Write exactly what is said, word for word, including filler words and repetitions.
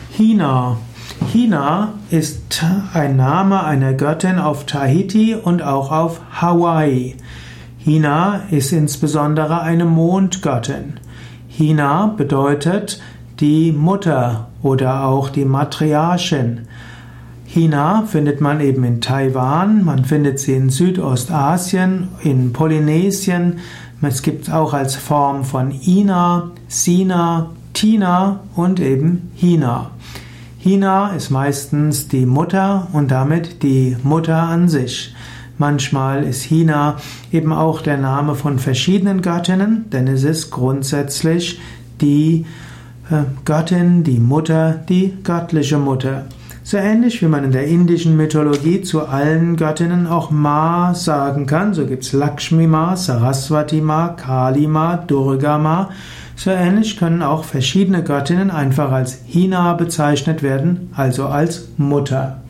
Hina. Hina ist ein Name einer Göttin auf Tahiti und auch auf Hawaii. Hina ist insbesondere eine Mondgöttin. Hina bedeutet die Mutter oder auch die Matriarchin. Hina findet man eben in Taiwan, man findet sie in Südostasien, in Polynesien. Es gibt auch als Form von Ina, Sina, Tina und eben Hina. Hina ist meistens die Mutter und damit die Mutter an sich. Manchmal ist Hina eben auch der Name von verschiedenen Göttinnen, denn es ist grundsätzlich die äh, Göttin, die Mutter, die göttliche Mutter. So ähnlich wie man in der indischen Mythologie zu allen Göttinnen auch Ma sagen kann, so gibt es Lakshmi Ma, Saraswati Ma, Kali Ma, Durga Ma. So ähnlich können auch verschiedene Göttinnen einfach als Hina bezeichnet werden, also als Mutter.